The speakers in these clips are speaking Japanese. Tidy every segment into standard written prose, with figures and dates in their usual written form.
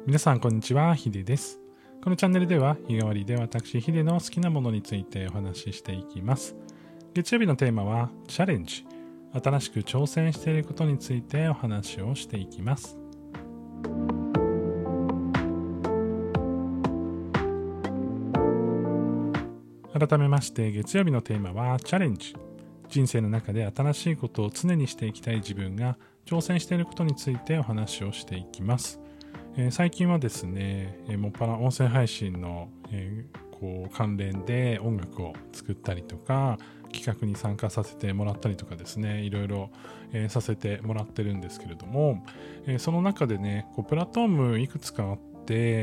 皆さんこんにちは、ヒデです。このチャンネルでは日替わりで私ヒデの好きなものについてお話ししていきます。月曜日のテーマはチャレンジ。新しく挑戦していることについてお話をしていきます。改めまして月曜日のテーマはチャレンジ。人生の中で新しいことを常にしていきたい自分が挑戦していることについてお話をしていきます。最近はですね、もっぱら音声配信の、関連で音楽を作ったりとか企画に参加させてもらったりとかですね、いろいろ、させてもらってるんですけれども、その中でねプラットフォームいくつかあって、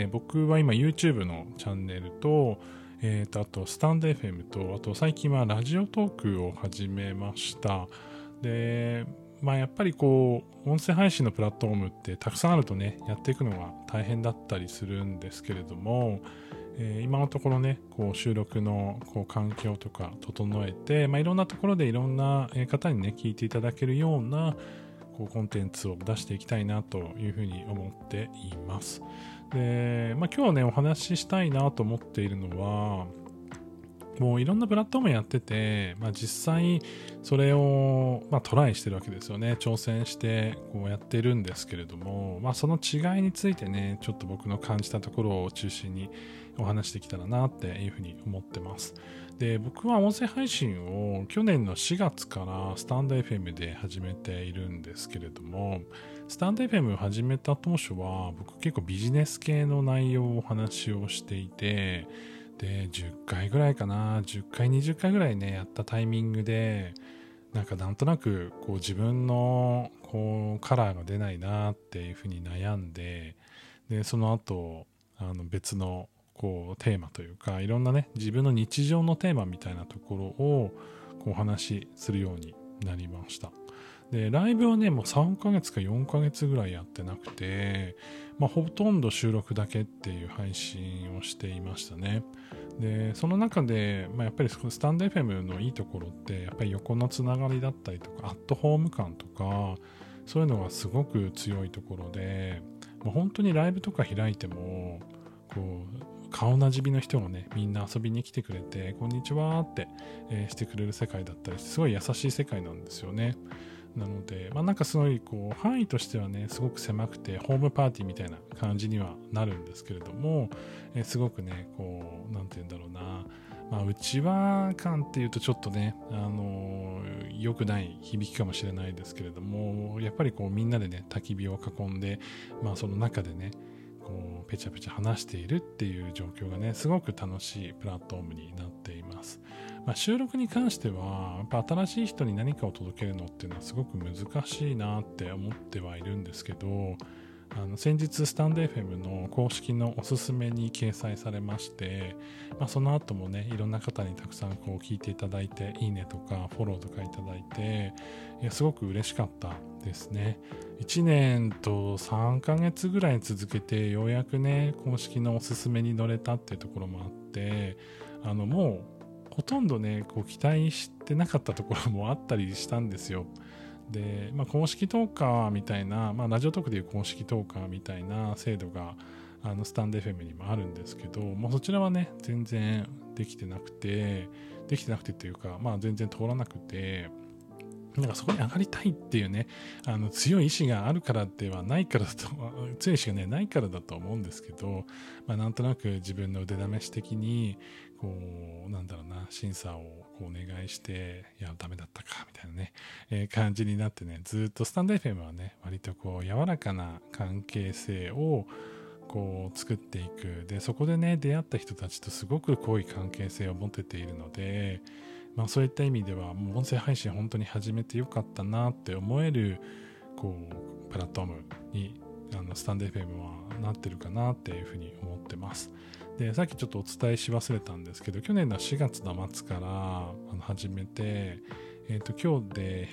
僕は今 YouTube のチャンネルとあとスタンド FM と、あと最近はラジオトークを始めました。でやっぱり音声配信のプラットフォームってたくさんあるとね、やっていくのが大変だったりするんですけれども、今のところね、収録の環境とか整えて、いろんなところでいろんな方にね、聞いていただけるようなコンテンツを出していきたいなというふうに思っています。で、今日はね、お話ししたいなと思っているのは、もういろんなプラットフォームやってて、実際それを、トライしてるわけですよね。挑戦してやってるんですけれども、その違いについてね、ちょっと僕の感じたところを中心にお話してきたらなっていうふうに思ってます。で、僕は音声配信を去年の4月からスタンド FM で始めているんですけれども、スタンド FM を始めた当初は僕結構ビジネス系の内容をお話をしていて、で10回ぐらいかな、10回20回ぐらいねやったタイミングでなんとなく自分のカラーが出ないなっていうふうに悩んで、でその後別のテーマというか、いろんなね自分の日常のテーマみたいなところをお話しするようになりました。でライブはねもう3ヶ月か4ヶ月ぐらいやってなくて、ほとんど収録だけっていう配信をしていましたね。でその中で、やっぱりスタンド FM のいいところってやっぱり横のつながりだったりとかアットホーム感とか、そういうのがすごく強いところで、本当にライブとか開いても顔なじみの人がねみんな遊びに来てくれてこんにちはって、してくれる世界だったりして、すごい優しい世界なんですよね。なので、すごい範囲としてはねすごく狭くてホームパーティーみたいな感じにはなるんですけれども、すごくねなんて言うんだろうな、内輪感っていうとちょっとね良くない響きかもしれないですけれども、やっぱりみんなでね焚き火を囲んで、その中でねペチャペチャ話しているっていう状況がねすごく楽しいプラットフォームになっています。収録に関してはやっぱ新しい人に何かを届けるのっていうのはすごく難しいなって思ってはいるんですけど、先日スタンド FM の公式のおすすめに掲載されまして、その後もねいろんな方にたくさん聞いていただいて、いいねとかフォローとかいただいて、すごく嬉しかったですね。1年と3ヶ月ぐらい続けてようやくね公式のおすすめに乗れたっていうところもあって、もうほとんどね期待してなかったところもあったりしたんですよ。で、公式トーカーみたいな、ラジオトークでいう公式トーカーみたいな制度がスタンド FM にもあるんですけど、そちらはね全然できてなくてっていうか、全然通らなくて、そこに上がりたいっていうね強い意志があるからではないからだと強い意志がねないからだと思うんですけど、なんとなく自分の腕試し的に審査をお願いして、いやダメだったかみたいなね、感じになってね、ずっとスタンド FM はね割と柔らかな関係性を作っていく。でそこでね出会った人たちとすごく濃い関係性を持てているので、そういった意味ではもう音声配信本当に始めてよかったなって思えるプラットフォームにスタンド FM はなってるかなっていうふうに思ってます。でさっきちょっとお伝えし忘れたんですけど、去年の4月の末から始めて、今日で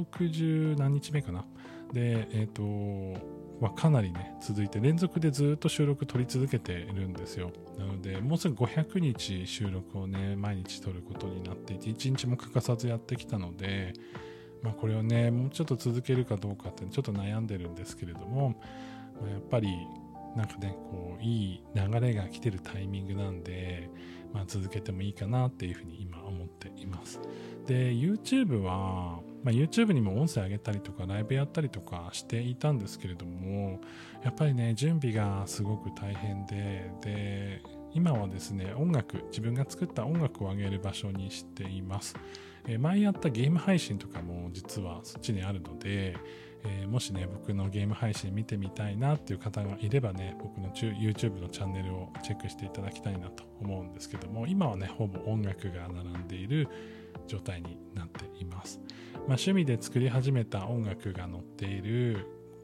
160何日目かな。でかなりね続いて連続でずっと収録取り続けているんですよ。なのでもうすぐ500日収録をね毎日取ることになっていて、1日も欠かさずやってきたので、これをねもうちょっと続けるかどうかってちょっと悩んでるんですけれども、やっぱりなんかねこういい流れが来てるタイミングなんで、続けてもいいかなっていうふうに今思っています。で YouTube は、YouTube にも音声上げたりとかライブやったりとかしていたんですけれども、やっぱりね準備がすごく大変で今はですね自分が作った音楽を上げる場所にしています。前やったゲーム配信とかも実はそっちにあるので、もしね僕のゲーム配信見てみたいなっていう方がいればね、僕の YouTube のチャンネルをチェックしていただきたいなと思うんですけども、今はねほぼ音楽が並んでいる状態になっています。趣味で作り始めた音楽が載っている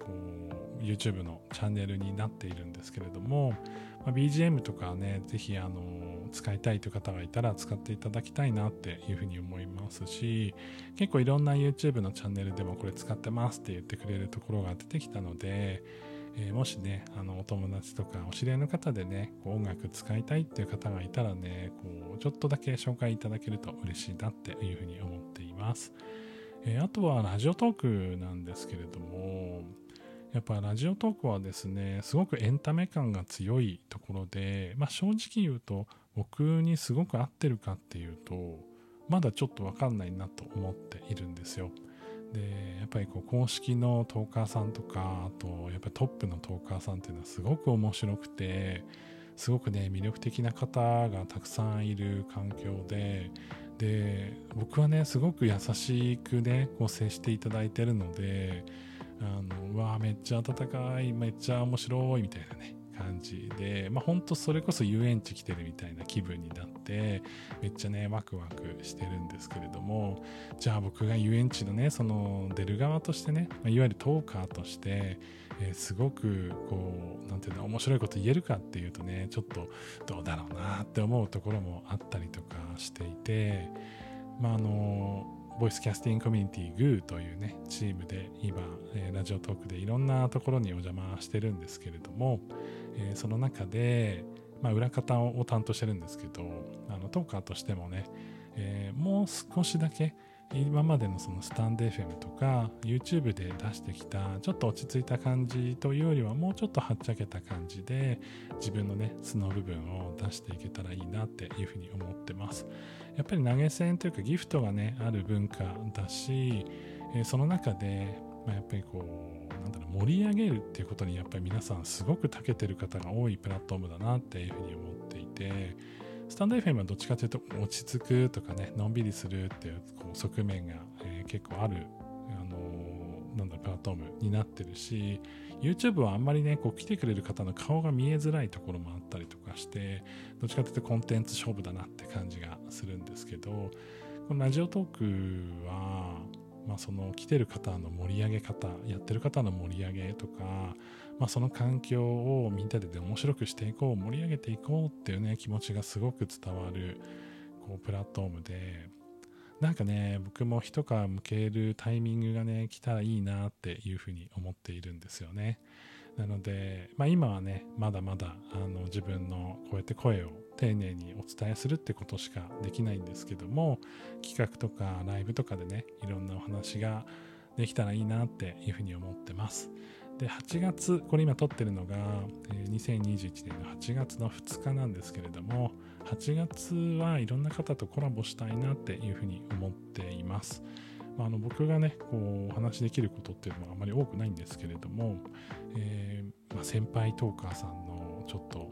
YouTube のチャンネルになっているんですけれども、BGM とかねぜひ使いたいという方がいたら使っていただきたいなっていうふうに思いますし、結構いろんな YouTube のチャンネルでもこれ使ってますって言ってくれるところが出てきたので、もしねお友達とかお知り合いの方でね音楽使いたいっていう方がいたらねちょっとだけ紹介いただけると嬉しいなっていうふうに思っています。あとはラジオトークなんですけれども、やっぱラジオトークはですねすごくエンタメ感が強いところで、正直言うと僕にすごく合ってるかっていうとまだちょっと分かんないなと思っているんですよ。でやっぱり公式のトーカーさんとか、あとやっぱりトップのトーカーさんっていうのはすごく面白くて、すごくね魅力的な方がたくさんいる環境で僕はねすごく優しくね接していただいてるので、うわめっちゃ温かい、めっちゃ面白いみたいなね感じで、本当それこそ遊園地来てるみたいな気分になってめっちゃねワクワクしてるんですけれども、じゃあ僕が遊園地のねその出る側としてね、いわゆるトーカーとして、すごくなんていうの面白いこと言えるかっていうとねちょっとどうだろうなって思うところもあったりとかしていて、ボイスキャスティングコミュニティ GOO というねチームで今、ラジオトークでいろんなところにお邪魔してるんですけれども、その中で、裏方を担当してるんですけど、トーカーとしてもね、もう少しだけ今までのそのスタンド FM とか YouTube で出してきたちょっと落ち着いた感じというよりはもうちょっとはっちゃけた感じで自分のね素の部分を出していけたらいいなっていうふうに思ってます。やっぱり投げ銭というかギフトがねある文化だし、その中で、やっぱり盛り上げるっていうことにやっぱり皆さんすごく長けてる方が多いプラットフォームだなっていうふうに思っていて、スタンド FM はどっちかというと落ち着くとかねのんびりするっていう側面が、結構あるプラットフォームになってるし、 YouTube はあんまりね来てくれる方の顔が見えづらいところもあったりとかして、どっちかというとコンテンツ勝負だなって感じがするんですけど、このラジオトークはその来てる方の盛り上げ方、やってる方の盛り上げとか、その環境をみんなで面白くしていこう、盛り上げていこうっていうね気持ちがすごく伝わるプラットフォームで、なんかね僕も一皮向けるタイミングがね来たらいいなっていうふうに思っているんですよね。なので、今はねまだまだ自分のこうやって声を丁寧にお伝えするってことしかできないんですけども、企画とかライブとかでねいろんなお話ができたらいいなっていうふうに思ってます。で8月、これ今撮ってるのが2021年の8月の2日なんですけれども、8月はいろんな方とコラボしたいなっていうふうに思っています。僕がねお話しできることっていうのはあまり多くないんですけれども、先輩トーカーさんのちょっと、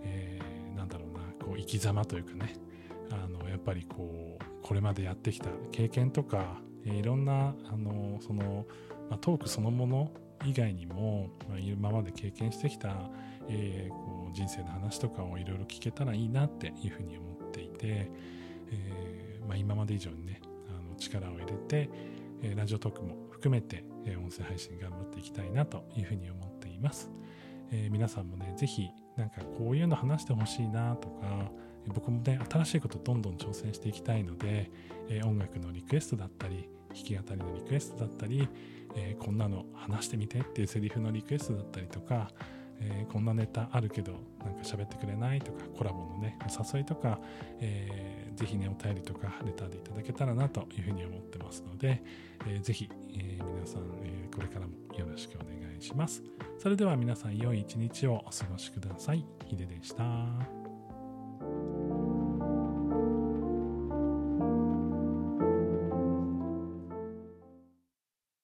生き様というかね、やっぱりこれまでやってきた経験とか、いろんなトークそのもの以外にも、今まで経験してきた、人生の話とかをいろいろ聞けたらいいなっていうふうに思っていて、今まで以上にね力を入れて、ラジオトークも含めて、音声配信頑張っていきたいなというふうに思っています。皆さんもねぜひなんかこういうの話してほしいなとか、僕もね新しいことどんどん挑戦していきたいので、音楽のリクエストだったり弾き語りのリクエストだったり、こんなの話してみてっていうセリフのリクエストだったりとか、 こんなネタあるけどなんか喋ってくれないとか、コラボのねお誘いとか、ぜひねお便りとかレターでいただけたらなというふうに思ってますので、ぜひ、皆さん、これからもよろしくお願いします。それでは皆さん良い一日をお過ごしください。ヒデでした。